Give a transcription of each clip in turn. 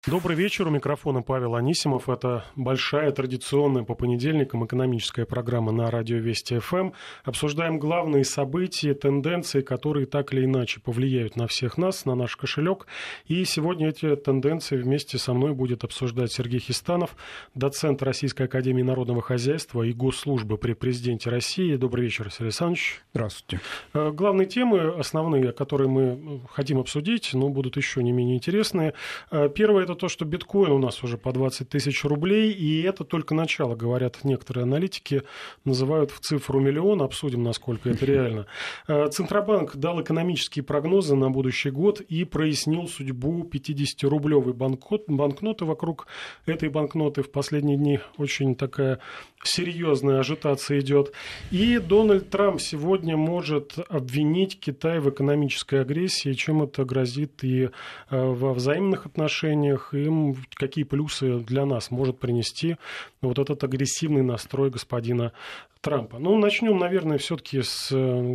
Добрый вечер. У микрофона Павел Анисимов. Это большая традиционная по понедельникам экономическая программа на радио Вести ФМ. Обсуждаем главные события, тенденции, которые так или иначе повлияют на всех нас, на наш кошелек. И сегодня эти тенденции вместе со мной будет обсуждать Сергей Хистанов, доцент Российской академии народного хозяйства и госслужбы при президенте России. Добрый вечер, Сергей Александрович. Здравствуйте. Главные темы, основные, которые мы хотим обсудить, но будут еще не менее интересные. Первое — это то, что биткоин у нас уже по 20 тысяч рублей, и это только начало, говорят некоторые аналитики, называют в цифру миллион, обсудим, насколько это реально. Центробанк дал экономические прогнозы на будущий год и прояснил судьбу 50-рублевой банкноты. Вокруг этой банкноты в последние дни очень такая серьезная ажитация идет. И Дональд Трамп сегодня может обвинить Китай в экономической агрессии, чем это грозит и во взаимных отношениях, и какие плюсы для нас может принести вот этот агрессивный настрой господина Трампа. Ну, начнем, наверное, все-таки с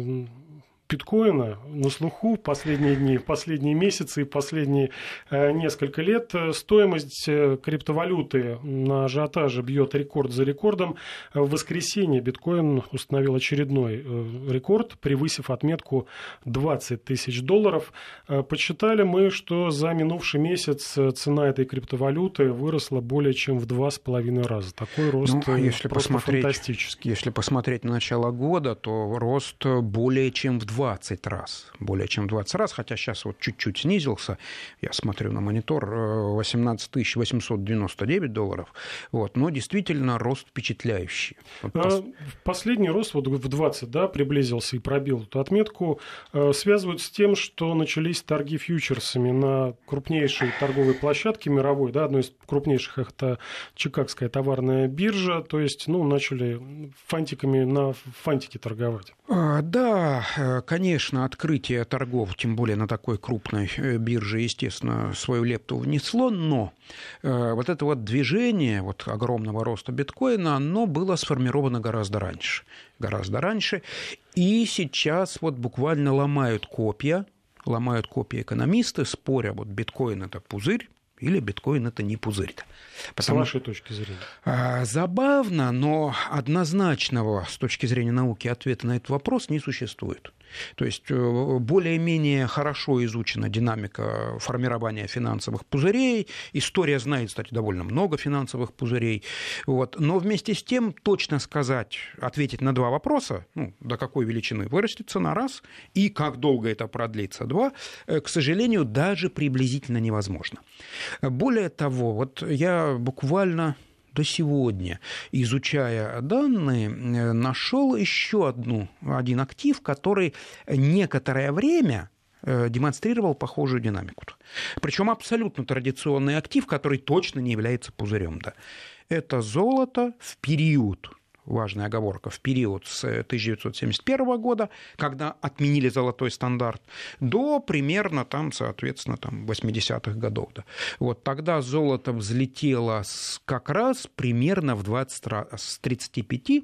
биткоина на слуху в последние дни, в последние месяцы и последние несколько лет. Стоимость криптовалюты на ажиотаже бьет рекорд за рекордом. В воскресенье биткоин установил очередной рекорд, превысив отметку $20 тысяч. Подсчитали мы, что за минувший месяц цена этой криптовалюты выросла более чем в 2,5 раза. Такой рост просто фантастический. Если посмотреть на начало года, то рост более чем в 20 раз. Более чем в 20 раз, хотя сейчас вот чуть-чуть снизился. Я смотрю на монитор, $18 899. Вот. Но действительно рост впечатляющий. Последний рост вот в 20, да, приблизился и пробил эту отметку. Связывают с тем, что начались торги фьючерсами на крупнейшей торговой площадке мировой. Да, одной из крупнейших — это Чикагская товарная биржа. То есть, начали фантиками на фантики торговать. Да, конечно, открытие торгов, тем более на такой крупной бирже, естественно, свою лепту внесло, но вот это вот движение вот огромного роста биткоина, оно было сформировано гораздо раньше. И сейчас вот буквально ломают копья экономисты, споря, вот биткоин — это пузырь, или биткоин — это не пузырь. С вашей точки зрения? Забавно, но однозначного с точки зрения науки ответа на этот вопрос не существует. То есть более-менее хорошо изучена динамика формирования финансовых пузырей. История знает, кстати, довольно много финансовых пузырей. Вот. Но вместе с тем точно ответить на два вопроса, до какой величины вырастет цена, раз, и как долго это продлится, два, к сожалению, даже приблизительно невозможно. Более того, вот я буквально до сегодня, изучая данные, нашел еще один актив, который некоторое время демонстрировал похожую динамику. Причем абсолютно традиционный актив, который точно не является пузырем. Да. Это золото в период, важная оговорка, в период с 1971 года, когда отменили золотой стандарт, до примерно, соответственно, 80-х годов. Да. Вот тогда золото взлетело как раз примерно в 20 раз, с $35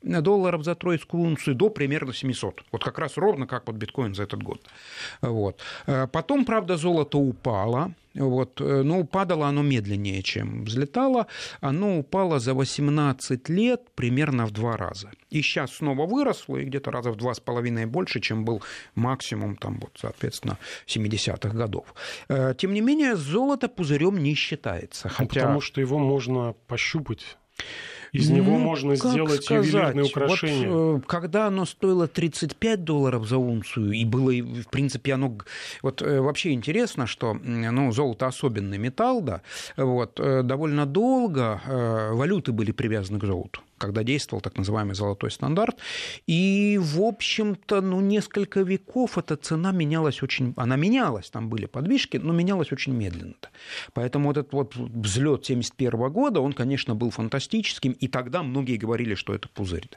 за тройскую унцию до примерно 700. Вот как раз ровно как вот биткоин за этот год. Вот. Потом, правда, золото упало. Но падало оно медленнее, чем взлетало. Оно упало за 18 лет примерно в 2 раза. И сейчас снова выросло, и где-то раза в 2,5 больше, чем был максимум, соответственно, 70-х годов. Тем не менее, золото пузырем не считается. Потому что его можно пощупать. Из него можно сделать ювелирные украшения. Вот, когда оно стоило $35 за унцию, и было, в принципе, оно... Вот вообще интересно, что золото особенный металл, да, довольно долго валюты были привязаны к золоту, когда действовал так называемый золотой стандарт. И, в общем-то, несколько веков эта цена менялась очень... Она менялась, там были подвижки, но менялась очень медленно. Поэтому вот этот взлет 1971 года, он, конечно, был фантастическим, и тогда многие говорили, что это пузырь.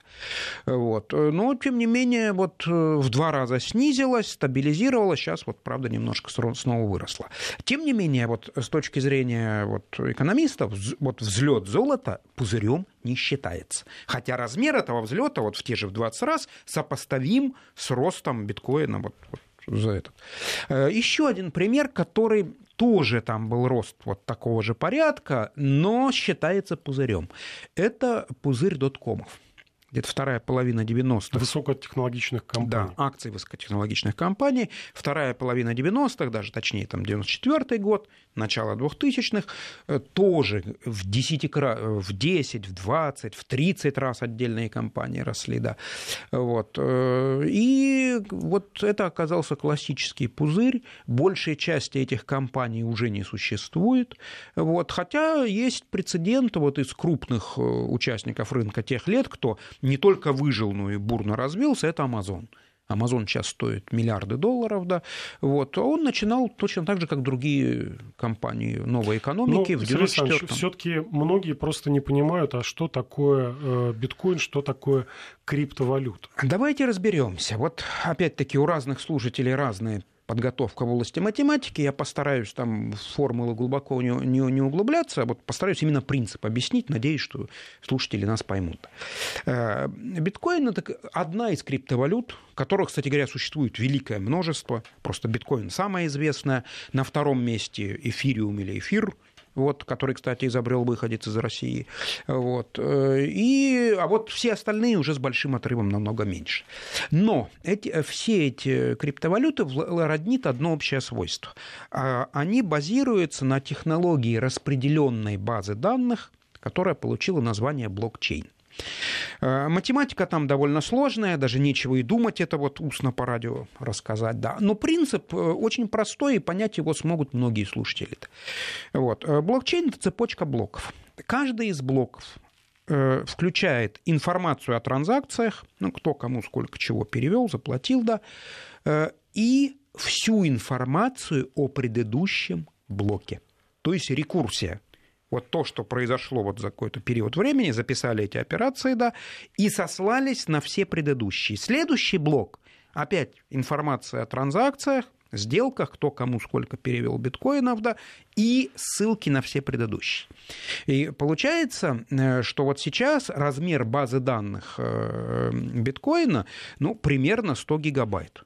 Но, тем не менее, в 2 раза снизилась, стабилизировалась, сейчас, правда, немножко снова выросла. Тем не менее, с точки зрения экономистов, взлет золота пузырем не считается. Хотя размер этого взлета в те же 20 раз сопоставим с ростом биткоина за этот. Еще один пример, который тоже там был рост вот такого же порядка, но считается пузырем. Это пузырь доткомов. Где-то вторая половина 90-х. Высокотехнологичных компаний. Да, акций высокотехнологичных компаний. Вторая половина 90-х, даже точнее, там 94-й год, начало 2000-х, тоже в 10, в 20, в 30 раз отдельные компании росли. Да. Вот. И вот это оказался классический пузырь. Большей части этих компаний уже не существует. Вот. Хотя есть прецеденты вот из крупных участников рынка тех лет, кто не только выжил, но и бурно развился, это Amazon. Amazon сейчас стоит миллиарды долларов, да. Вот. Он начинал точно так же, как другие компании новой экономики в 94-м. Все-таки многие просто не понимают, а что такое биткоин, что такое криптовалюта. Давайте разберемся. Вот опять-таки у разных слушателей разные подготовка в области математики, я постараюсь там в формулы глубоко не углубляться, а вот постараюсь именно принцип объяснить, надеюсь, что слушатели нас поймут. Биткоин – это одна из криптовалют, которых, кстати говоря, существует великое множество, просто биткоин самая известная, на втором месте эфириум или эфир, вот, который, кстати, изобрел выходец из России. Вот. А вот все остальные уже с большим отрывом намного меньше. Но все эти криптовалюты роднит одно общее свойство. Они базируются на технологии распределенной базы данных, которая получила название блокчейн. Математика там довольно сложная, даже нечего и думать это вот устно по радио рассказать, да. Но принцип очень простой, и понять его смогут многие слушатели. Вот. Блокчейн – это цепочка блоков. Каждый из блоков включает информацию о транзакциях, ну, кто кому сколько чего перевел, заплатил, да, и всю информацию о предыдущем блоке. То есть рекурсия. Вот то, что произошло вот за какой-то период времени, записали эти операции, да, и сослались на все предыдущие. Следующий блок, опять информация о транзакциях, сделках, кто кому сколько перевел биткоинов, да, и ссылки на все предыдущие. И получается, что вот сейчас размер базы данных биткоина, ну, примерно 100 гигабайт.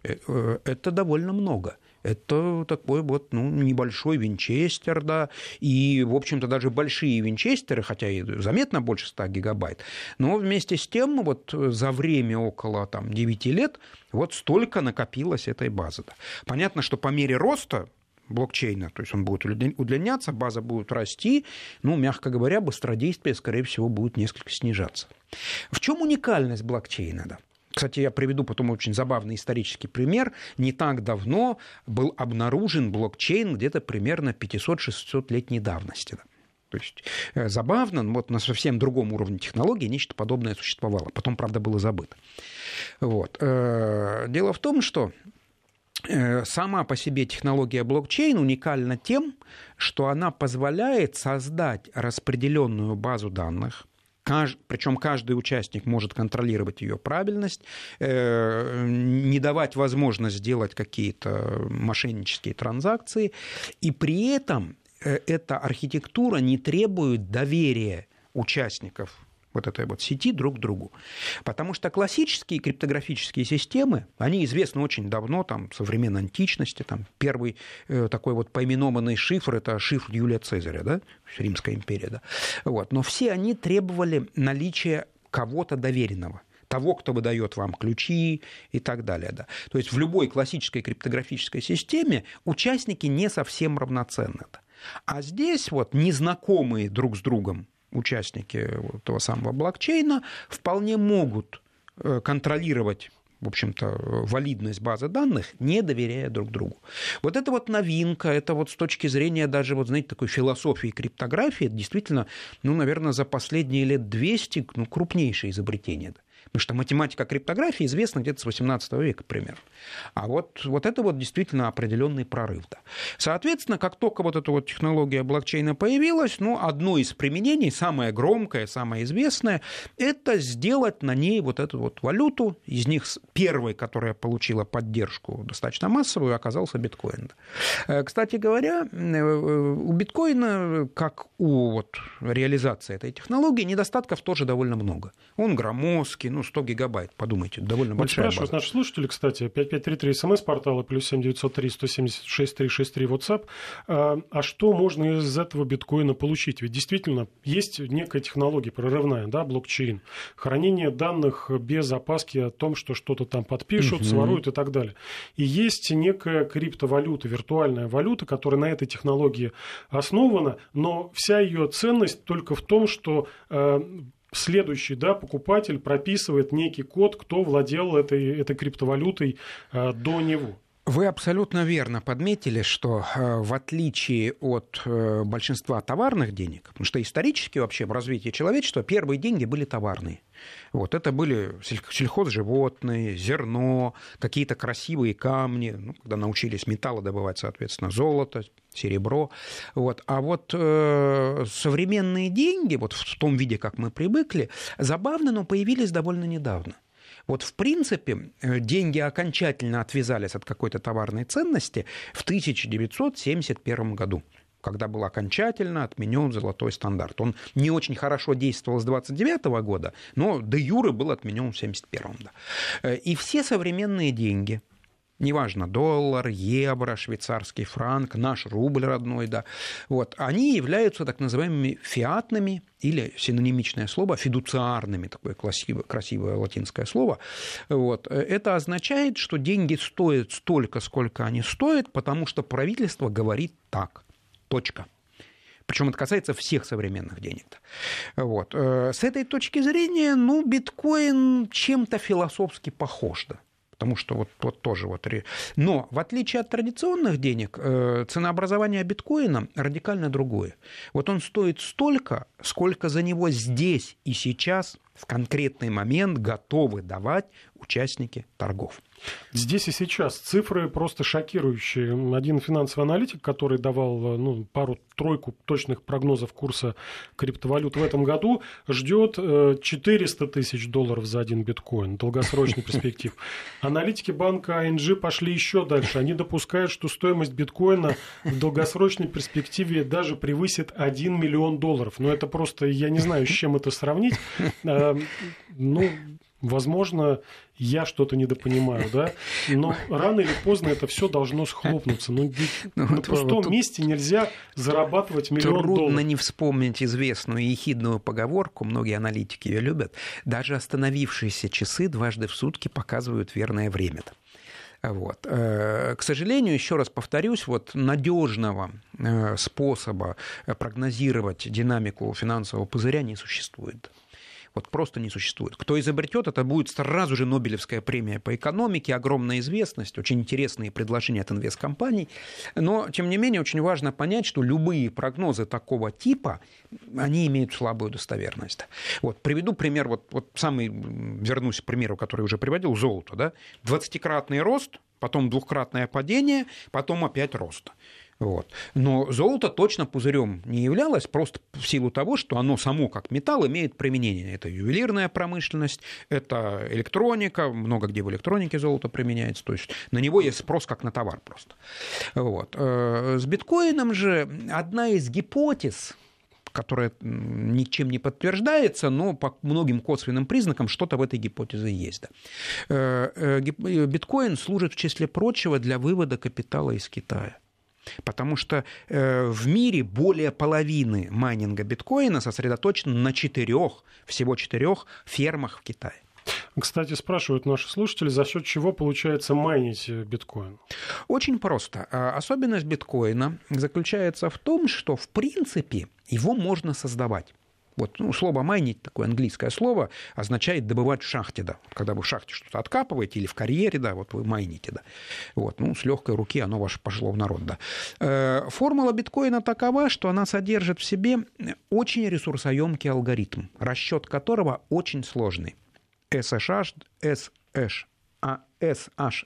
Это довольно много. Это такой вот, ну, небольшой винчестер, да, и, в общем-то, даже большие винчестеры, хотя и заметно больше 100 гигабайт, но вместе с тем вот за время около там, 9 лет вот столько накопилось этой базы. Да. Понятно, что по мере роста блокчейна, то есть он будет удлиняться, база будет расти, ну, мягко говоря, быстродействие, скорее всего, будет несколько снижаться. В чем уникальность блокчейна, да? Кстати, я приведу потом очень забавный исторический пример. Не так давно был обнаружен блокчейн где-то примерно 500-600-летней давности. То есть забавно, вот на совсем другом уровне технологий нечто подобное существовало. Потом, правда, было забыто. Вот. Дело в том, что сама по себе технология блокчейн уникальна тем, что она позволяет создать распределенную базу данных, причем каждый участник может контролировать ее правильность, не давать возможность сделать какие-то мошеннические транзакции, и при этом эта архитектура не требует доверия участников вот этой вот сети друг к другу. Потому что классические криптографические системы, они известны очень давно, там, со времен античности. Там, первый такой вот поименованный шифр – это шифр Юлия Цезаря, да? Римская империя. Да? Вот. Но все они требовали наличия кого-то доверенного. Того, кто выдает вам ключи и так далее. Да. То есть в любой классической криптографической системе участники не совсем равноценны. А здесь вот незнакомые друг с другом участники этого самого блокчейна вполне могут контролировать, в общем-то, валидность базы данных, не доверяя друг другу. Вот это вот новинка, это вот с точки зрения даже, вот, знаете, такой философии криптографии, это действительно, ну, наверное, за последние лет 200 крупнейшее изобретение. Потому что математика криптографии известна где-то с 18 века, примерно. А вот это вот действительно определенный прорыв. Да. Соответственно, как только вот эта вот технология блокчейна появилась, ну, одно из применений, самое громкое, самое известное, это сделать на ней вот эту вот валюту. Из них первой, которая получила поддержку достаточно массовую, оказался биткоин. Кстати говоря, у биткоина, как у вот реализации этой технологии, недостатков тоже довольно много. Он громоздкий, ну, 100 гигабайт. Подумайте, довольно большая база. Спрашивают наши слушатели, кстати, 5533 СМС-портала, плюс 7903 176 363 WhatsApp. А что можно из этого биткоина получить? Ведь действительно есть некая технология прорывная, да, блокчейн. Хранение данных без опаски о том, что что-то там подпишут, своруют и так далее. И есть некая криптовалюта, виртуальная валюта, которая на этой технологии основана, но вся ее ценность только в том, что следующий, да, покупатель прописывает некий код, кто владел этой криптовалютой до него. Вы абсолютно верно подметили, что в отличие от большинства товарных денег, потому что исторически вообще в развитии человечества первые деньги были товарные. Вот, это были сельхозживотные, зерно, какие-то красивые камни, ну, когда научились металлы добывать, соответственно, золото, серебро. Вот. А вот современные деньги, вот в том виде, как мы привыкли, забавно, но появились довольно недавно. Вот, в принципе, деньги окончательно отвязались от какой-то товарной ценности в 1971 году, когда был окончательно отменен золотой стандарт. Он не очень хорошо действовал с 1929 года, но де юре был отменен в 1971. Да. И все современные деньги, неважно, доллар, евро, швейцарский франк, наш рубль родной, да, вот, они являются так называемыми фиатными, или синонимичное слово, фидуциарными, такое красивое латинское слово. Вот. Это означает, что деньги стоят столько, сколько они стоят, потому что правительство говорит так. Точка. Причем это касается всех современных денег. Вот. С этой точки зрения, ну, биткоин чем-то философски похож, да. Потому что вот тоже вот... Но в отличие от традиционных денег, ценообразование биткоина радикально другое. Вот он стоит столько, сколько за него здесь и сейчас в конкретный момент готовы давать участники торгов. Здесь и сейчас цифры просто шокирующие. Один финансовый аналитик, который давал пару-тройку точных прогнозов курса криптовалют в этом году, ждет $400 тысяч за один биткоин, долгосрочный перспектив. Аналитики банка ING пошли еще дальше. Они допускают, что стоимость биткоина в долгосрочной перспективе даже превысит $1 миллион. Но это просто, я не знаю, с чем это сравнить. Возможно, я что-то недопонимаю, да, но рано или поздно это все должно схлопнуться. На пустом месте нельзя зарабатывать $1 миллион. Трудно не вспомнить известную ехидную поговорку, многие аналитики ее любят: даже остановившиеся часы дважды в сутки показывают верное время. Вот. К сожалению, еще раз повторюсь, вот надежного способа прогнозировать динамику финансового пузыря не существует. Вот просто не существует. Кто изобретет, это будет сразу же Нобелевская премия по экономике, огромная известность, очень интересные предложения от инвесткомпаний. Но, тем не менее, очень важно понять, что любые прогнозы такого типа, они имеют слабую достоверность. Вот, приведу пример, вернусь к примеру, который уже приводил, золото. Да? 20-кратный рост, потом 2-кратное падение, потом опять рост. Вот. Но золото точно пузырем не являлось, просто в силу того, что оно само как металл имеет применение. Это ювелирная промышленность, это электроника, много где в электронике золото применяется, то есть на него есть спрос как на товар просто. Вот. С биткоином же одна из гипотез, которая ничем не подтверждается, но по многим косвенным признакам что-то в этой гипотезе есть. Да. Биткоин служит, в числе прочего, для вывода капитала из Китая. Потому что в мире более половины майнинга биткоина сосредоточено на всего 4 фермах в Китае. Кстати, спрашивают наши слушатели, за счет чего получается майнить биткоин? Очень просто. Особенность биткоина заключается в том, что, в принципе, его можно создавать. Вот, слово «майнить», такое английское слово, означает добывать в шахте. Да. Когда вы в шахте что-то откапываете или в карьере, да, вот вы майните. Да. Вот, с легкой руки оно ваше пошло в народ. Да. Формула биткоина такова, что она содержит в себе очень ресурсоемкий алгоритм, расчет которого очень сложный. SHA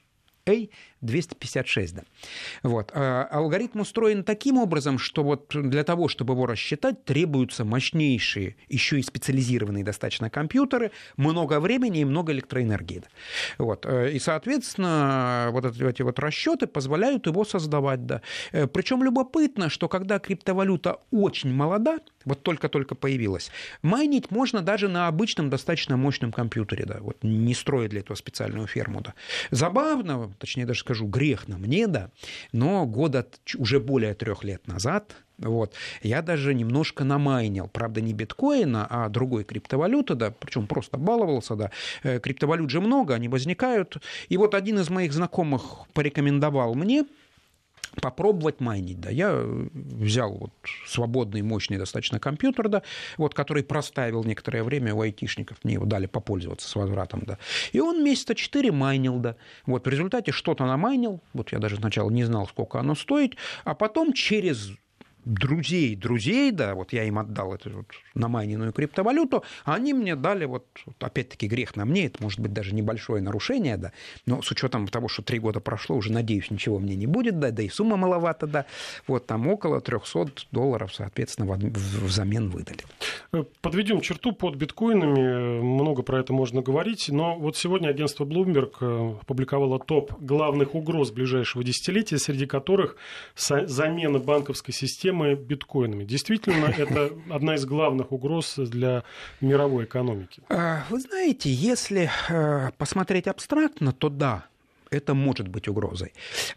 A256. Да. Вот. Алгоритм устроен таким образом, что вот для того, чтобы его рассчитать, требуются мощнейшие, еще и специализированные достаточно компьютеры, много времени и много электроэнергии. Да. Вот. И, соответственно, вот эти вот расчеты позволяют его создавать. Да. Причем любопытно, что когда криптовалюта очень молода, вот только-только появилась, майнить можно даже на обычном достаточно мощном компьютере, да, вот не строя для этого специальную ферму. Да. Забавно, точнее даже скажу, грех на мне, да, но года уже более 3 лет назад вот, я даже немножко намайнил, правда, не биткоина, а другой криптовалюты, да, причем просто баловался, да, криптовалют же много, они возникают, и вот один из моих знакомых порекомендовал мне попробовать майнить, да. Я взял вот свободный, мощный достаточно компьютер, да, вот, который проставил некоторое время у айтишников, мне его дали попользоваться с возвратом, да. И он месяца 4 майнил, да. Вот, в результате что-то намайнил, вот я даже сначала не знал, сколько оно стоит, а потом через друзей, да, вот я им отдал эту вот намайненную криптовалюту, а они мне дали, вот опять-таки грех на мне, это может быть даже небольшое нарушение, да, но с учетом того, что 3 года прошло, уже, надеюсь, ничего мне не будет, да и сумма маловато, да, вот там около $300, соответственно, взамен выдали. Подведем черту под биткоинами, много про это можно говорить, но вот сегодня агентство Bloomberg опубликовало топ главных угроз ближайшего десятилетия, среди которых замена банковской системы биткоинами. Действительно, это одна из главных угроз для мировой экономики. Вы знаете, если посмотреть абстрактно, то да, это может быть угрозой.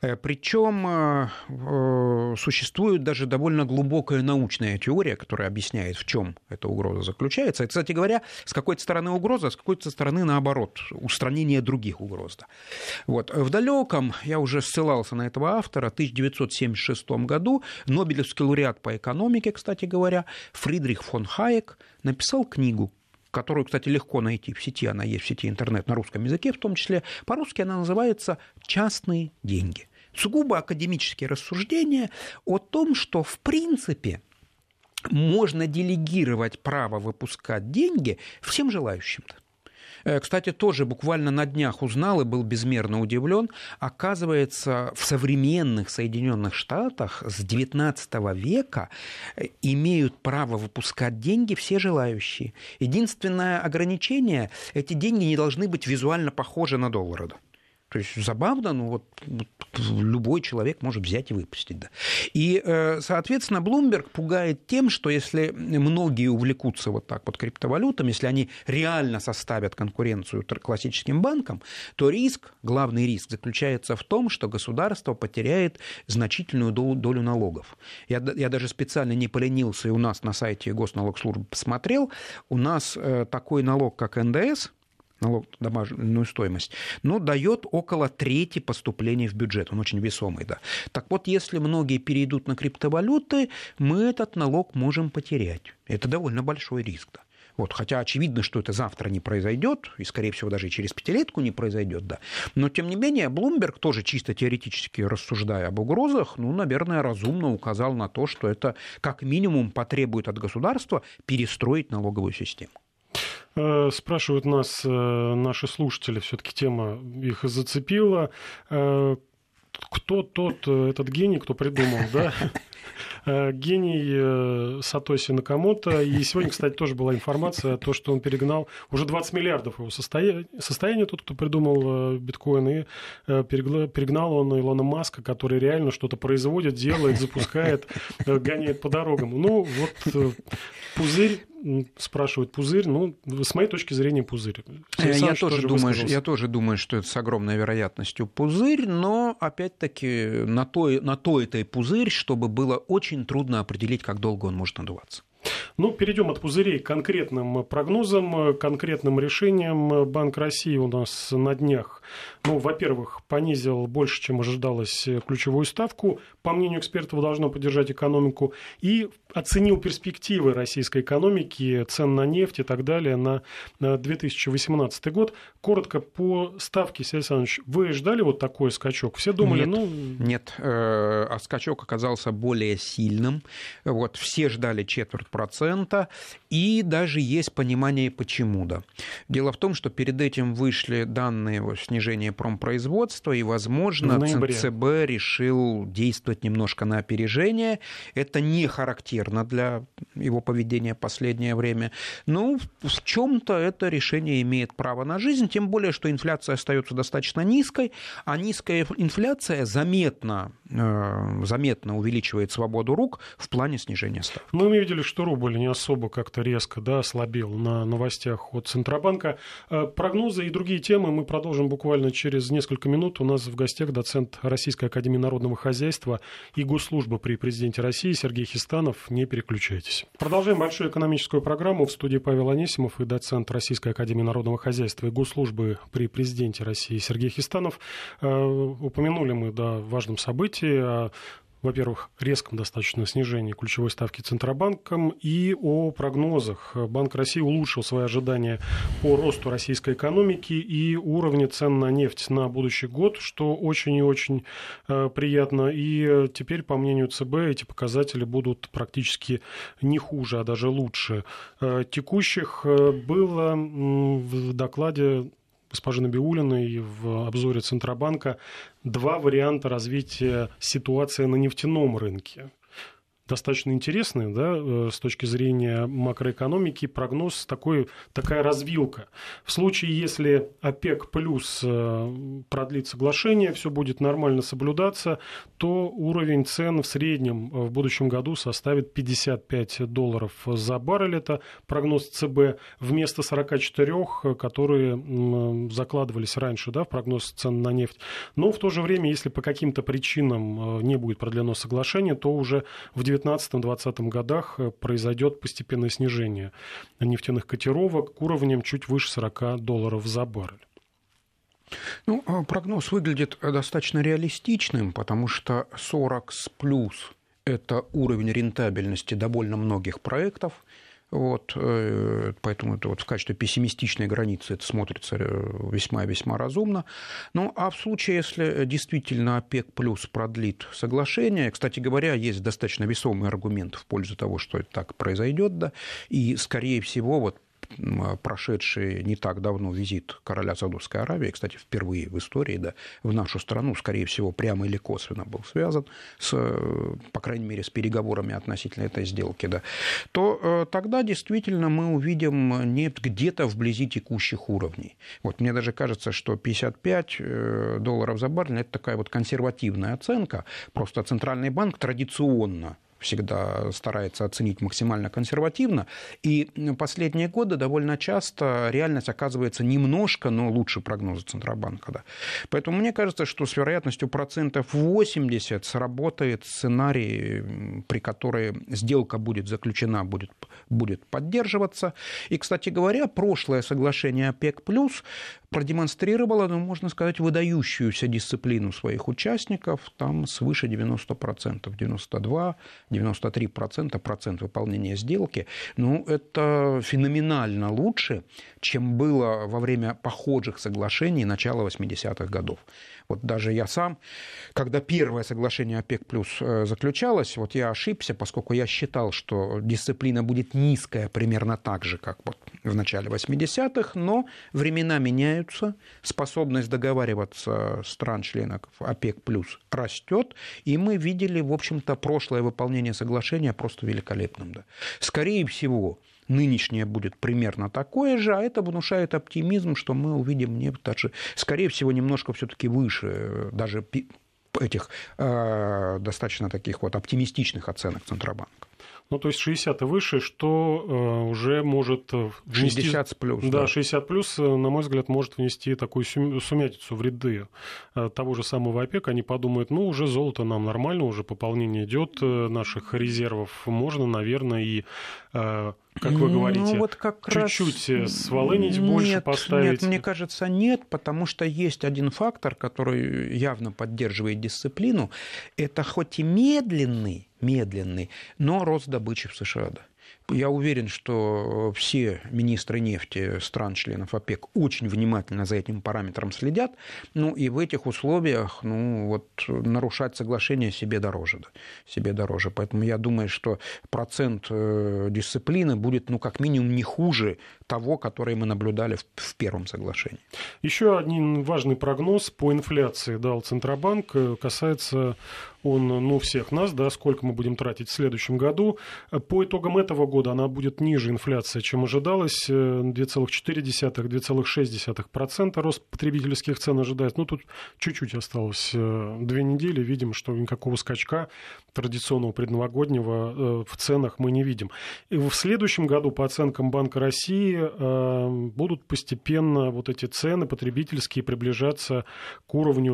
Причем существует даже довольно глубокая научная теория, которая объясняет, в чем эта угроза заключается. И, кстати говоря, с какой-то стороны угроза, а с какой-то стороны, наоборот, устранение других угроз. Вот. В далеком, я уже ссылался на этого автора, 1976 году Нобелевский лауреат по экономике, кстати говоря, Фридрих фон Хайек написал книгу, которую, кстати, легко найти в сети, она есть в сети интернет на русском языке в том числе. По-русски она называется «Частные деньги». Сугубо академические рассуждения о том, что, в принципе, можно делегировать право выпускать деньги всем желающим-то. Кстати, тоже буквально на днях узнал и был безмерно удивлен. Оказывается, в современных Соединенных Штатах с XIX века имеют право выпускать деньги все желающие. Единственное ограничение – эти деньги не должны быть визуально похожи на доллары. То есть забавно, но вот любой человек может взять и выпустить. Да. И, соответственно, Bloomberg пугает тем, что если многие увлекутся вот так вот криптовалютами, если они реально составят конкуренцию классическим банкам, то риск, главный риск заключается в том, что государство потеряет значительную долю налогов. Я даже специально не поленился и у нас на сайте Госналогслужбы посмотрел, у нас такой налог, как НДС, налог на добавленную стоимость, но дает около трети поступлений в бюджет. Он очень весомый, да. Так вот, если многие перейдут на криптовалюты, мы этот налог можем потерять. Это довольно большой риск, да. Вот, хотя очевидно, что это завтра не произойдет, и, скорее всего, даже и через 5-летку не произойдет, да. Но, тем не менее, Bloomberg, тоже чисто теоретически рассуждая об угрозах, наверное, разумно указал на то, что это как минимум потребует от государства перестроить налоговую систему. Спрашивают нас наши слушатели, все-таки тема их зацепила. Кто этот гений, кто придумал, да? Гений Сатоси Накамото. И сегодня, кстати, тоже была информация, то, что он перегнал уже 20 миллиардов его состояние, тот, кто придумал биткоин, и перегнал он Илона Маска, который реально что-то производит, делает, запускает, гоняет по дорогам. Вот пузырь, спрашивают пузырь, с моей точки зрения пузырь. Я тоже думаю, что это с огромной вероятностью пузырь, но опять-таки на то это и пузырь, чтобы было очень трудно определить, как долго он может надуваться. Перейдем от пузырей к конкретным прогнозам, конкретным решениям. Банк России у нас на днях, во-первых, понизил больше, чем ожидалось, ключевую ставку. По мнению экспертов, должно поддержать экономику. И оценил перспективы российской экономики, цен на нефть и так далее на 2018 год. Коротко по ставке, Сергей Александрович, вы ждали вот такой скачок? Все думали, Нет, скачок оказался более сильным. Все ждали 0,25%. 0,5%, и даже есть понимание, почему. Да. Дело в том, что перед этим вышли данные о снижении промпроизводства, и, возможно, ЦБ решил действовать немножко на опережение. Это не характерно для его поведения в последнее время. Но в чем-то это решение имеет право на жизнь, тем более, что инфляция остается достаточно низкой, а низкая инфляция заметно увеличивает свободу рук в плане снижения ставки. Мы видели, что рубль не особо как-то резко ослабел на новостях от Центробанка. Прогнозы и другие темы мы продолжим буквально через несколько минут. У нас в гостях доцент Российской академии народного хозяйства и госслужбы при президенте России Сергей Хистанов. Не переключайтесь. Продолжаем большую экономическую программу. В студии Павел Анисимов и доцент Российской академии народного хозяйства и госслужбы при президенте России Сергей Хистанов. Упомянули мы о важном событии, во-первых, резком достаточно снижении ключевой ставки Центробанком и о прогнозах. Банк России улучшил свои ожидания по росту российской экономики и уровню цен на нефть на будущий год, что очень и очень приятно. И теперь, по мнению ЦБ, эти показатели будут практически не хуже, а даже лучше текущих. Было в докладе госпожи Набиуллиной в обзоре Центробанка два варианта развития ситуации на нефтяном рынке. Достаточно интересный, да, с точки зрения макроэкономики, прогноз такая развилка. В случае, если ОПЕК плюс продлит соглашение, все будет нормально соблюдаться, то уровень цен в среднем в будущем году составит $55 за баррель. Это прогноз ЦБ вместо 44, которые закладывались раньше, да, в прогноз цен на нефть. Но в то же время, если по каким-то причинам не будет продлено соглашение, то уже в 2019-2020 годах произойдет постепенное снижение нефтяных котировок к уровням чуть выше $40 за баррель. Ну, прогноз выглядит достаточно реалистичным, потому что 40 с плюс – это уровень рентабельности довольно многих проектов. Вот, поэтому это в качестве пессимистичной границы это смотрится весьма-весьма разумно. Ну, а в случае, если действительно ОПЕК плюс продлит соглашение, кстати говоря, есть достаточно весомый аргумент в пользу того, что это так произойдет, да, и, скорее всего, прошедший не так давно визит короля Саудовской Аравии, кстати, впервые в истории, да, в нашу страну, скорее всего, прямо или косвенно был связан, по крайней мере, с переговорами относительно этой сделки, да, то тогда действительно мы увидим нефть где-то вблизи текущих уровней. Вот мне даже кажется, что $55 за баррель – это такая консервативная оценка, просто Центральный банк традиционно всегда старается оценить максимально консервативно, и последние годы довольно часто реальность оказывается немножко, но лучше прогноза Центробанка. Да. Поэтому мне кажется, что с вероятностью 80% сработает сценарий, при котором сделка будет заключена, будет поддерживаться. И, кстати говоря, прошлое соглашение ОПЕК+, продемонстрировало, можно сказать, выдающуюся дисциплину своих участников, там свыше 90%, 92-93% процент выполнения сделки. Ну, это феноменально лучше, чем было во время похожих соглашений начала 80-х годов. Вот даже я сам, когда первое соглашение ОПЕК+ заключалось, вот я ошибся, поскольку я считал, что дисциплина будет низкая примерно так же, как в начале 80-х, но времена меняются, способность договариваться стран-членов ОПЕК+ растет, и мы видели, в общем-то, прошлое выполнение соглашения просто великолепным. Да. Скорее всего, нынешнее будет примерно такое же, а это внушает оптимизм, что мы увидим нефть даже, скорее всего, немножко все-таки выше даже этих достаточно таких оптимистичных оценок Центробанка. Ну, то есть 60 и выше, что уже может внести... 60 плюс. Да, 60 плюс, на мой взгляд, может внести такую сумятицу в ряды того же самого ОПЕК. Они подумают, уже золото нам нормально, уже пополнение идет наших резервов. Можно, наверное, и как вы говорите, вот как чуть-чуть сволынить больше поставить? Нет, мне кажется, нет, потому что есть один фактор, который явно поддерживает дисциплину. Это хоть и медленный, но рост добычи в США. Да. Я уверен, что все министры нефти стран-членов ОПЕК очень внимательно за этим параметром следят. Ну и в этих условиях нарушать соглашение себе дороже. Да, себе дороже. Поэтому я думаю, что процент дисциплины будет как минимум не хуже того, который мы наблюдали в первом соглашении. Еще один важный прогноз по инфляции дал Центробанк. Касается он всех нас, да, сколько мы будем тратить в следующем году. По итогам этого года она будет ниже инфляции, чем ожидалось. 2,4-2,6% рост потребительских цен ожидается. Тут чуть-чуть осталось 2 недели. Видим, что никакого скачка традиционного предновогоднего в ценах мы не видим. И в следующем году, по оценкам Банка России, будут постепенно эти цены потребительские приближаться к уровню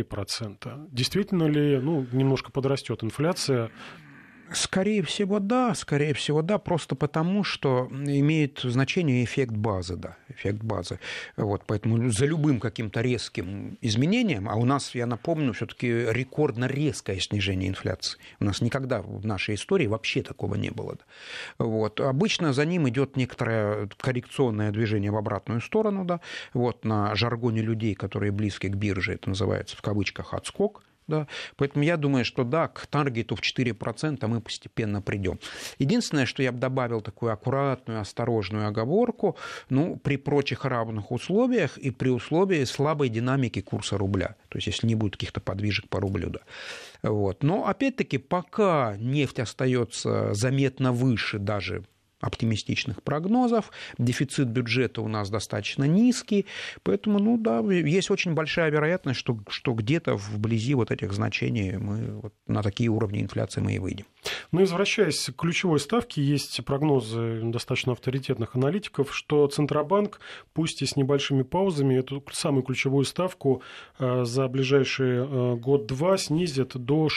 4%. Действительно ли, немножко подрастет инфляция? Скорее всего, да, просто потому, что имеет значение эффект базы, да, эффект базы. Поэтому за любым каким-то резким изменением, а у нас, я напомню, все-таки рекордно резкое снижение инфляции. У нас никогда в нашей истории вообще такого не было. Да. Обычно за ним идет некоторое коррекционное движение в обратную сторону, да. На жаргоне людей, которые близки к бирже, это называется в кавычках отскок. Да. Поэтому я думаю, что да, к таргету в 4% мы постепенно придем. Единственное, что я бы добавил такую аккуратную, осторожную оговорку, при прочих равных условиях и при условии слабой динамики курса рубля. То есть, если не будет каких-то подвижек по рублю. Да. Но, опять-таки, пока нефть остается заметно выше даже оптимистичных прогнозов, дефицит бюджета у нас достаточно низкий, поэтому, есть очень большая вероятность, что где-то вблизи этих значений мы на такие уровни инфляции мы и выйдем. Возвращаясь к ключевой ставке, есть прогнозы достаточно авторитетных аналитиков, что Центробанк, пусть и с небольшими паузами, эту самую ключевую ставку за ближайшие год-два снизит до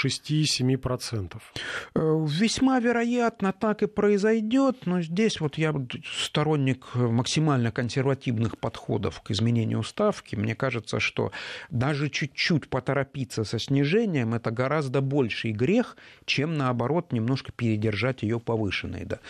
6-7%. Весьма вероятно, так и произойдет. Но здесь я сторонник максимально консервативных подходов к изменению ставки. Мне кажется, что даже чуть-чуть поторопиться со снижением – это гораздо больший грех, чем, наоборот, немножко передержать ее повышенной. Да.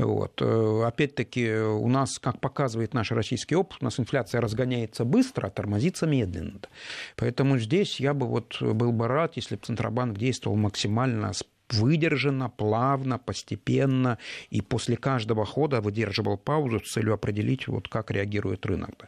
Опять-таки, у нас, как показывает наш российский опыт, у нас инфляция разгоняется быстро, а тормозится медленно. Да. Поэтому здесь я бы был бы рад, если бы Центробанк действовал максимально выдержанно, плавно, постепенно, и после каждого хода выдерживал паузу с целью определить, как реагирует рынок.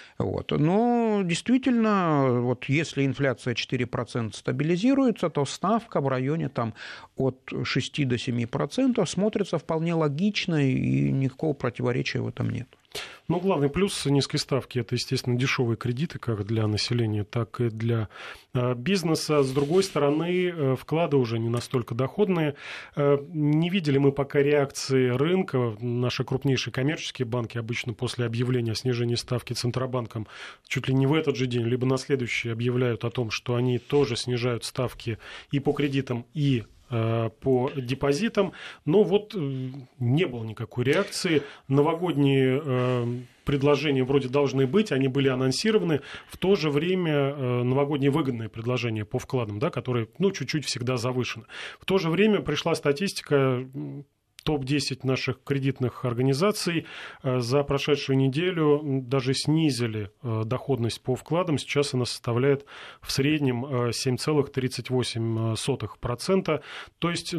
Но действительно, если инфляция 4% стабилизируется, то ставка в районе от 6 до 7% смотрится вполне логично, и никакого противоречия в этом нет. Главный плюс низкой ставки – это, естественно, дешевые кредиты, как для населения, так и для бизнеса. С другой стороны, вклады уже не настолько доходные. Не видели мы пока реакции рынка. Наши крупнейшие коммерческие банки обычно после объявления о снижении ставки Центробанком чуть ли не в этот же день, либо на следующий объявляют о том, что они тоже снижают ставки и по кредитам, и по депозитам, но не было никакой реакции. Новогодние предложения вроде должны быть, они были анонсированы. В то же время новогодние выгодные предложения по вкладам, да, которые чуть-чуть всегда завышены. В то же время пришла статистика, топ-10 наших кредитных организаций за прошедшую неделю даже снизили доходность по вкладам. Сейчас она составляет в среднем 7,38%. То есть,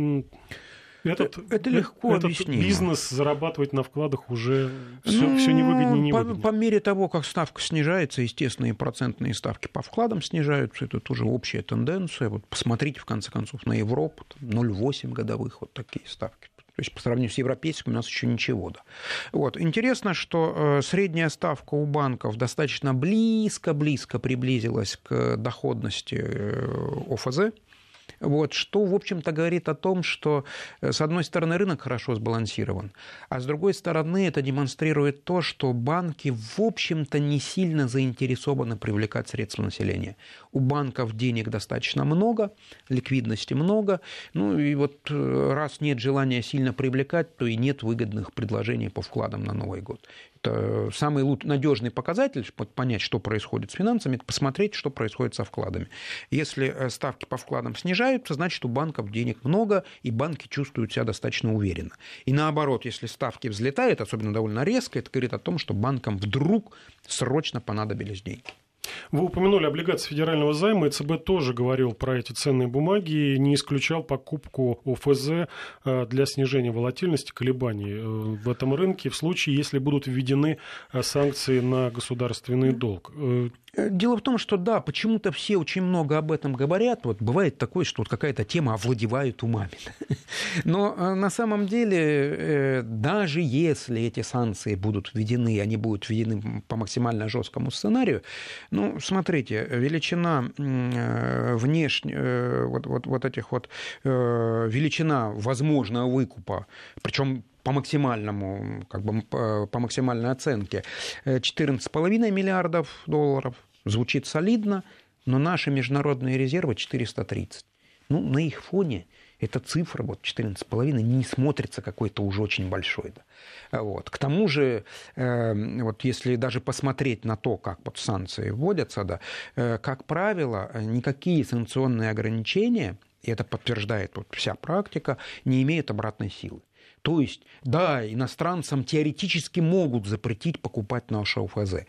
это легко объяснимо. Бизнес зарабатывать на вкладах уже все невыгоднее и невыгоднее. По мере того, как ставка снижается, естественно, и процентные ставки по вкладам снижаются. Это тоже общая тенденция. Посмотрите, в конце концов, на Европу. 0,8 годовых такие ставки. То есть по сравнению с европейским у нас еще ничего. Да. Интересно, что средняя ставка у банков достаточно близко приблизилась к доходности ОФЗ. Вот, что, в общем-то, говорит о том, что, с одной стороны, рынок хорошо сбалансирован, а с другой стороны, это демонстрирует то, что банки, в общем-то, не сильно заинтересованы привлекать средства населения. У банков денег достаточно много, ликвидности много, ну и вот раз нет желания сильно привлекать, то и нет выгодных предложений по вкладам на Новый год. Это самый надежный показатель, чтобы понять, что происходит с финансами, это посмотреть, что происходит со вкладами. Если ставки по вкладам снижаются, значит, у банков денег много, и банки чувствуют себя достаточно уверенно. И наоборот, если ставки взлетают, особенно довольно резко, это говорит о том, что банкам вдруг срочно понадобились деньги. Вы упомянули облигации федерального займа. ЦБ тоже говорил про эти ценные бумаги и не исключал покупку ОФЗ для снижения волатильности, колебаний в этом рынке в случае, если будут введены санкции на государственный долг. Дело в том, что да, почему-то все очень много об этом говорят. Вот бывает такое, что вот какая-то тема овладевает умами. Но на самом деле, даже если эти санкции будут введены, они будут введены по максимально жесткому сценарию, ну, смотрите, величина величина возможного выкупа, причем по максимальному, по максимальной оценке, 14,5 миллиардов долларов. Звучит солидно, но наши международные резервы 430. Ну, на их фоне эта цифра, 14,5, не смотрится какой-то уже очень большой. Да. Вот. К тому же, если даже посмотреть на то, как санкции вводятся, да, как правило, никакие санкционные ограничения, и это подтверждает вся практика, не имеют обратной силы. То есть, да, иностранцам теоретически могут запретить покупать наши ОФЗ,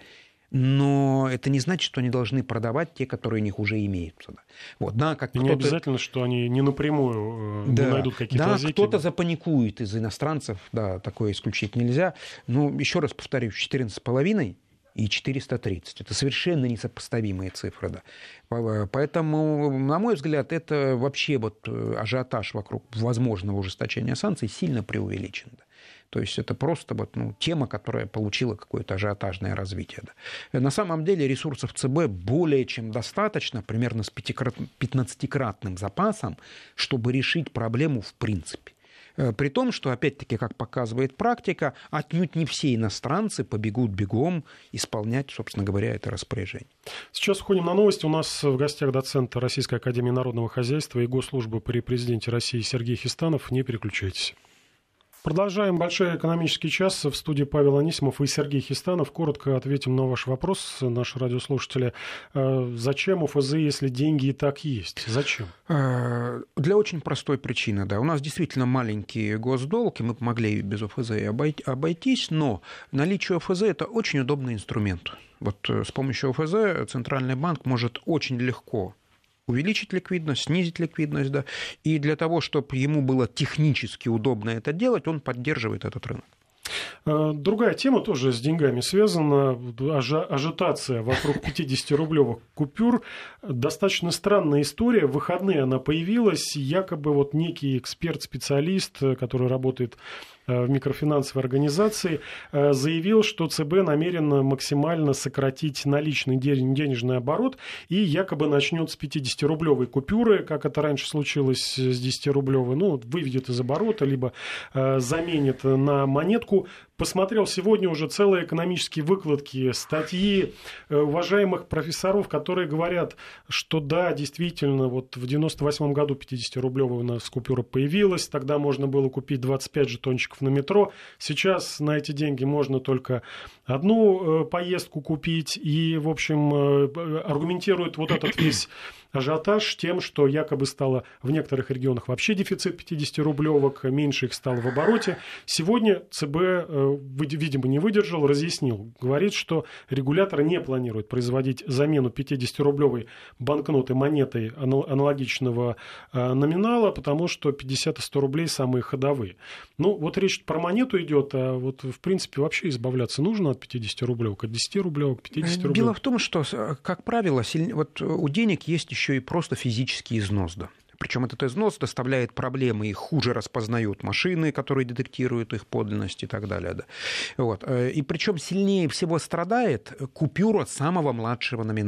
но это не значит, что они должны продавать те, которые у них уже имеются. Вот, да, как не обязательно, что они не напрямую не найдут какие-то лазейки. Да, кто-то запаникует из иностранцев, да, такое исключить нельзя. Но еще раз повторюсь, 14,5 и 430. Это совершенно несопоставимые цифры. Да. Поэтому, на мой взгляд, это вообще ажиотаж вокруг возможного ужесточения санкций сильно преувеличен. Да. То есть это просто тема, которая получила какое-то ажиотажное развитие. Да. На самом деле ресурсов ЦБ более чем достаточно, примерно с 15-кратным запасом, чтобы решить проблему в принципе. При том, что, опять-таки, как показывает практика, отнюдь не все иностранцы побегут бегом исполнять, собственно говоря, это распоряжение. Сейчас уходим на новости. У нас в гостях доцент Российской академии народного хозяйства и госслужбы при президенте России Сергей Хистанов. Не переключайтесь. Продолжаем большой экономический час. В студии Павел Анисимов и Сергей Хистанов. Коротко ответим на ваш вопрос, наши радиослушатели. Зачем ОФЗ, если деньги и так есть? Зачем? Для очень простой причины. Да. У нас действительно маленький госдолг, и мы могли без ОФЗ обойтись, но наличие ОФЗ – это очень удобный инструмент. С помощью ОФЗ Центральный банк может очень легко увеличить ликвидность, снизить ликвидность, да, и для того, чтобы ему было технически удобно это делать, он поддерживает этот рынок. Другая тема тоже с деньгами связана. Ажитация вокруг 50-рублевых купюр. Достаточно странная история. В выходные она появилась. Якобы некий эксперт-специалист, который работает в микрофинансовой организации, заявил, что ЦБ намерен максимально сократить наличный денежный оборот и якобы начнет с 50-рублевой купюры, как это раньше случилось с 10-рублевой, выведет из оборота, либо заменит на монетку. Посмотрел сегодня уже целые экономические выкладки, статьи уважаемых профессоров, которые говорят, что да, действительно, в 98 году 50-рублевая у нас купюра появилась, тогда можно было купить 25 жетончиков на метро, сейчас на эти деньги можно только одну поездку купить, и, в общем, аргументирует этот весь ажиотаж тем, что якобы стало в некоторых регионах вообще дефицит 50-рублевок, меньше их стало в обороте. Сегодня ЦБ, видимо, не выдержал, разъяснил. Говорит, что регулятор не планирует производить замену 50-рублевой банкноты монетой аналогичного номинала, потому что 50 и 100 рублей самые ходовые. Речь про монету идет, а в принципе вообще избавляться нужно от 50-рублевок, от 10-рублевок, 50-рублевок. Дело в том, что, как правило, у денег есть еще и просто физический износ, да. Причем этот износ доставляет проблемы, их хуже распознают машины, которые детектируют их подлинность и так далее. Да. И причем сильнее всего страдает купюра самого младшего номинала.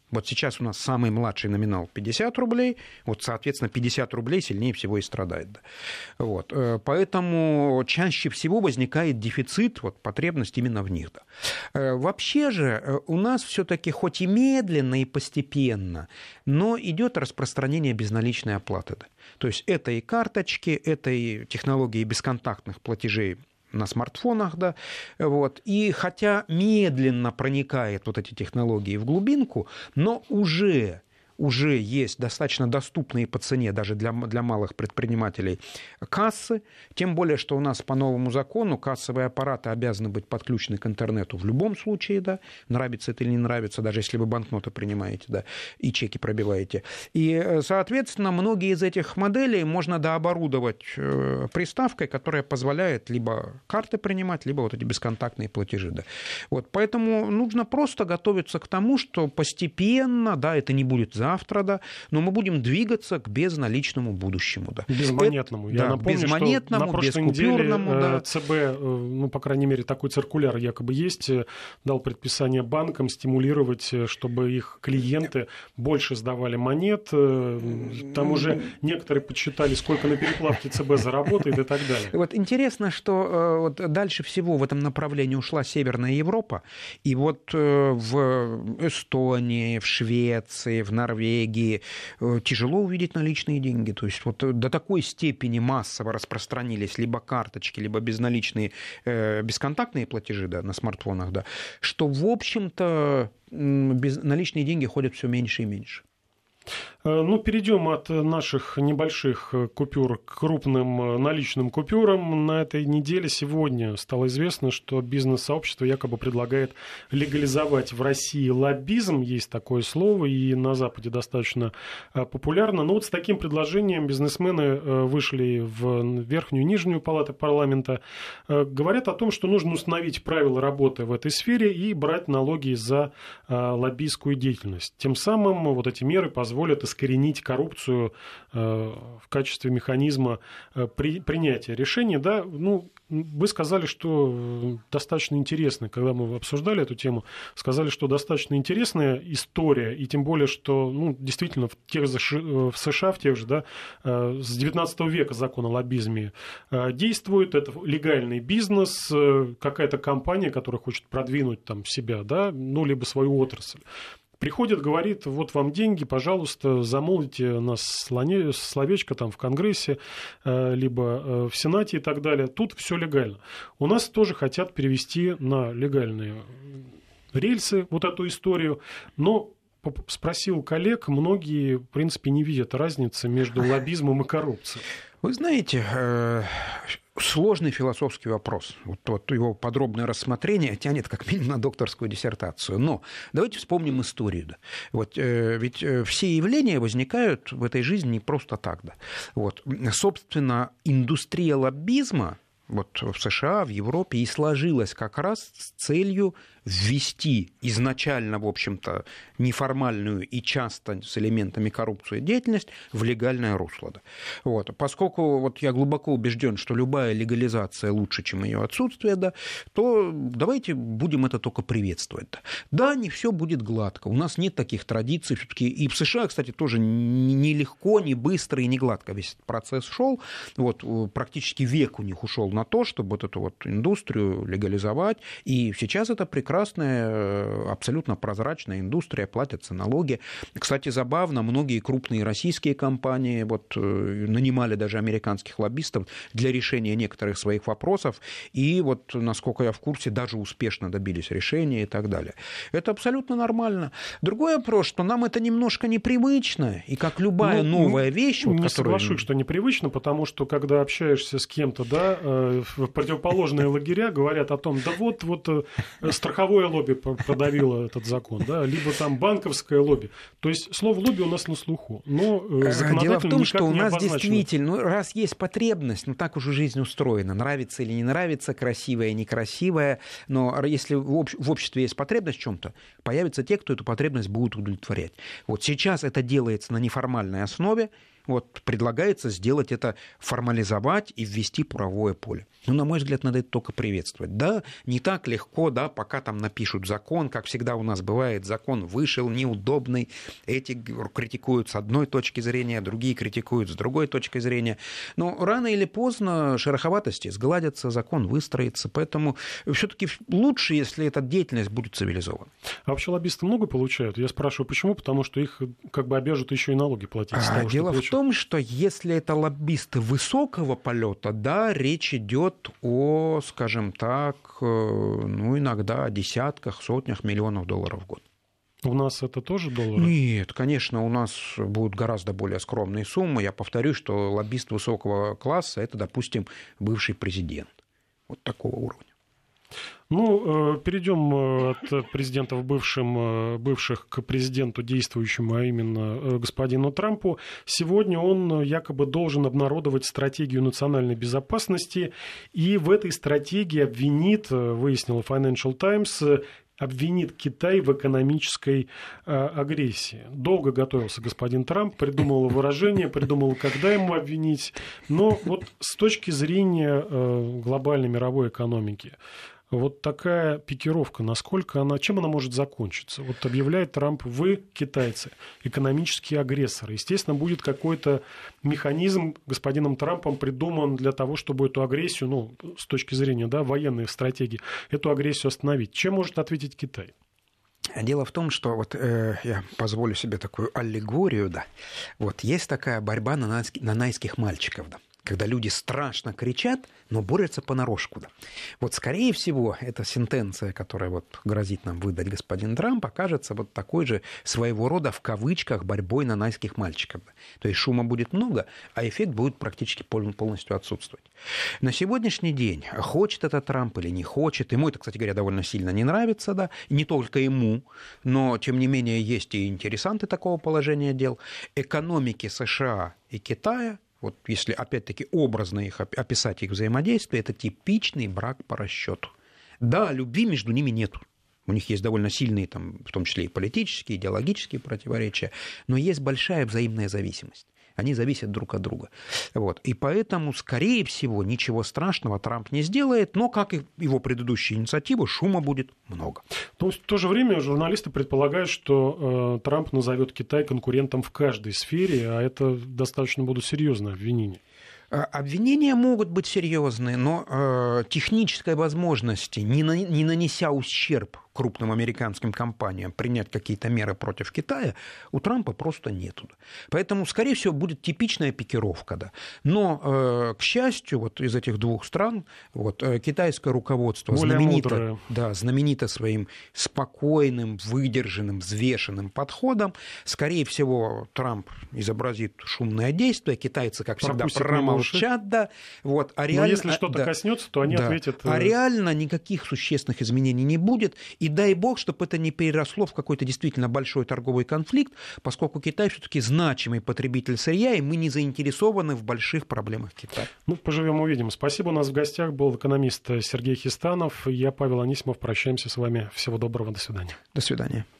Вот сейчас у нас самый младший номинал 50 рублей, вот, соответственно, 50 рублей сильнее всего и страдает. Да. Вот. Поэтому чаще всего возникает дефицит, вот, потребность именно в них. Да. Вообще же у нас все-таки хоть и медленно, и постепенно, но идет распространение безналичной оплаты. Да. То есть это и карточки, это и технологии бесконтактных платежей на смартфонах, да, вот. И хотя медленно проникает вот эти технологии в глубинку, но уже есть достаточно доступные по цене даже для малых предпринимателей кассы, тем более, что у нас по новому закону кассовые аппараты обязаны быть подключены к интернету в любом случае, да, нравится это или не нравится, даже если вы банкноты принимаете, да, и чеки пробиваете. И, соответственно, многие из этих моделей можно дооборудовать приставкой, которая позволяет либо карты принимать, либо вот эти бесконтактные платежи. Да. Вот, поэтому нужно просто готовиться к тому, что постепенно, да, это не будет завтра, да, но мы будем двигаться к безналичному будущему. Да. Безмонетному. Я напомню, безмонетному, что на прошлой бескупюрному. Неделе Да. ЦБ, ну, по крайней мере, такой циркуляр якобы есть, дал предписание банкам стимулировать, чтобы их клиенты больше сдавали монет. Там уже некоторые подсчитали, сколько на переплавке ЦБ заработает и так далее. Вот интересно, что вот дальше всего в этом направлении ушла Северная Европа, и вот в Эстонии, в Швеции, в Норвегии тяжело увидеть наличные деньги. То есть вот до такой степени массово распространились либо карточки, либо безналичные, бесконтактные платежи, да, на смартфонах, да, что, в общем-то, наличные деньги ходят все меньше и меньше. Ну, перейдем от наших небольших купюр к крупным наличным купюрам. На этой неделе сегодня стало известно, что бизнес-сообщество якобы предлагает легализовать в России лоббизм. Есть такое слово, и на Западе достаточно популярно. Но вот с таким предложением бизнесмены вышли в верхнюю и нижнюю палаты парламента. Говорят о том, что нужно установить правила работы в этой сфере и брать налоги за лоббистскую деятельность. Тем самым вот эти меры позволят искоренить коррупцию в качестве механизма принятия решений. Да, ну, вы сказали, что достаточно интересно, когда мы обсуждали эту тему, сказали, что достаточно интересная история, и тем более, что, ну, действительно, в США, в тех же, да, с 19 века закон о лоббизме действует, это легальный бизнес, какая-то компания, которая хочет продвинуть там себя, да, ну, либо свою отрасль. Приходит, говорит, вот вам деньги, пожалуйста, замолвите нас словечко там в Конгрессе, либо в Сенате и так далее. Тут все легально. У нас тоже хотят перевести на легальные рельсы вот эту историю, но спросил коллег, многие, в принципе, не видят разницы между лоббизмом и коррупцией. Вы знаете, сложный философский вопрос. Вот его подробное рассмотрение тянет как минимум на докторскую диссертацию. Но давайте вспомним историю. Да. Вот, ведь все явления возникают в этой жизни не просто так. Да. Вот, собственно, индустрия лоббизма вот в США, в Европе и сложилась как раз с целью ввести изначально, в общем-то, неформальную и часто с элементами коррупции деятельность в легальное русло. Да. Вот. Поскольку вот я глубоко убежден, что любая легализация лучше, чем ее отсутствие, да, то давайте будем это только приветствовать. Да. Да, не все будет гладко. У нас нет таких традиций. Все-таки и в США, кстати, тоже не легко, не быстро и не гладко весь этот процесс шел. Вот, практически век у них ушел на то, чтобы вот эту вот индустрию легализовать. И сейчас это прекрасная, абсолютно прозрачная индустрия, платятся налоги. Кстати, забавно, многие крупные российские компании вот, нанимали даже американских лоббистов для решения некоторых своих вопросов, и вот, насколько я в курсе, даже успешно добились решения и так далее. Это абсолютно нормально. Другой вопрос, что нам это немножко непривычно, и как любая новая вещь... Вот, не соглашусь, что непривычно, потому что, когда общаешься с кем-то, да, в противоположные лагеря говорят о том, да вот страховое лобби продавило этот закон, да, либо там банковское лобби. То есть слово лобби у нас на слуху, но законодательно дело в том, никак что у не нас обозначено. действительно, раз есть потребность, так уже жизнь устроена, нравится или не нравится, красивая, некрасивая, но если в обществе есть потребность в чем-то, появятся те, кто эту потребность будут удовлетворять. Вот сейчас это делается на неформальной основе. вот, предлагается сделать это, формализовать и ввести правовое поле. Ну, на мой взгляд, надо это только приветствовать. Да, не так легко, да, пока там напишут закон, как всегда у нас бывает, закон вышел неудобный, эти критикуют с одной точки зрения, другие критикуют с другой точки зрения. Но рано или поздно шероховатости сгладятся, закон выстроится, поэтому все-таки лучше, если эта деятельность будет цивилизована. А вообще лоббисты много получают? Я спрашиваю, почему? Потому что их как бы обяжут еще и налоги платить. Дело в том, что если это лоббисты высокого полета, да, речь идет о, скажем так, ну, иногда десятках, сотнях миллионов долларов в год. У нас это тоже доллары? Нет, конечно, у нас будут гораздо более скромные суммы. Я повторюсь, что лоббист высокого класса – это, допустим, бывший президент. Вот такого уровня. Ну, перейдем от президентов бывших к президенту действующему, а именно господину Трампу. Сегодня он якобы должен обнародовать стратегию национальной безопасности, и в этой стратегии обвинит, выяснила Financial Times, обвинит Китай в экономической агрессии. Долго готовился господин Трамп, придумал выражение, придумал, когда ему обвинить. Но вот с точки зрения глобальной мировой экономики, вот такая пикировка, насколько она, чем она может закончиться? Вот объявляет Трамп: вы, китайцы, экономические агрессоры. Естественно, будет какой-то механизм господином Трампом придуман для того, чтобы эту агрессию, ну, с точки зрения, да, военной стратегии, эту агрессию остановить. Чем может ответить Китай? Дело в том, что вот я позволю себе такую аллегорию, да. Вот есть такая борьба нанайских мальчиков, да, когда люди страшно кричат, но борются понарошку. Да. Вот, скорее всего, эта сентенция, которая вот грозит нам выдать господин Трамп, окажется вот такой же своего рода, в кавычках, борьбой нанайских мальчиков. Да. То есть шума будет много, а эффект будет практически полностью отсутствовать. На сегодняшний день, хочет это Трамп или не хочет, ему это, кстати говоря, довольно сильно не нравится, да, не только ему, но, тем не менее, есть и интересанты такого положения дел. Экономики США и Китая, вот если, опять-таки, образно описать их взаимодействие, это типичный брак по расчету. Да, любви между ними нету. У них есть довольно сильные, там, в том числе и политические, идеологические противоречия, но есть большая взаимная зависимость. Они зависят друг от друга. Вот. И поэтому, скорее всего, ничего страшного Трамп не сделает, но, как и его предыдущие инициативы, шума будет много. Но в то же время журналисты предполагают, что Трамп назовет Китай конкурентом в каждой сфере, а это достаточно будут серьезные обвинения. Обвинения могут быть серьезные, но технической возможности, не нанеся ущерб крупным американским компаниям, принять какие-то меры против Китая, у Трампа просто нету. Поэтому, скорее всего, будет типичная пикировка. Да. Но, к счастью, вот из этих двух стран вот, китайское руководство знаменито своим спокойным, выдержанным, взвешенным подходом. Скорее всего, Трамп изобразит шумное действие, китайцы, как всегда, промолчат. Да. Вот. Но если что-то коснется, то они ответят. А реально никаких существенных изменений не будет. И дай бог, чтобы это не переросло в какой-то действительно большой торговый конфликт, поскольку Китай все-таки значимый потребитель сырья, и мы не заинтересованы в больших проблемах Китая. Ну, поживем, увидим. Спасибо. У нас в гостях был экономист Сергей Хистанов. Я, Павел Анисимов. Прощаемся с вами. Всего доброго. До свидания. До свидания.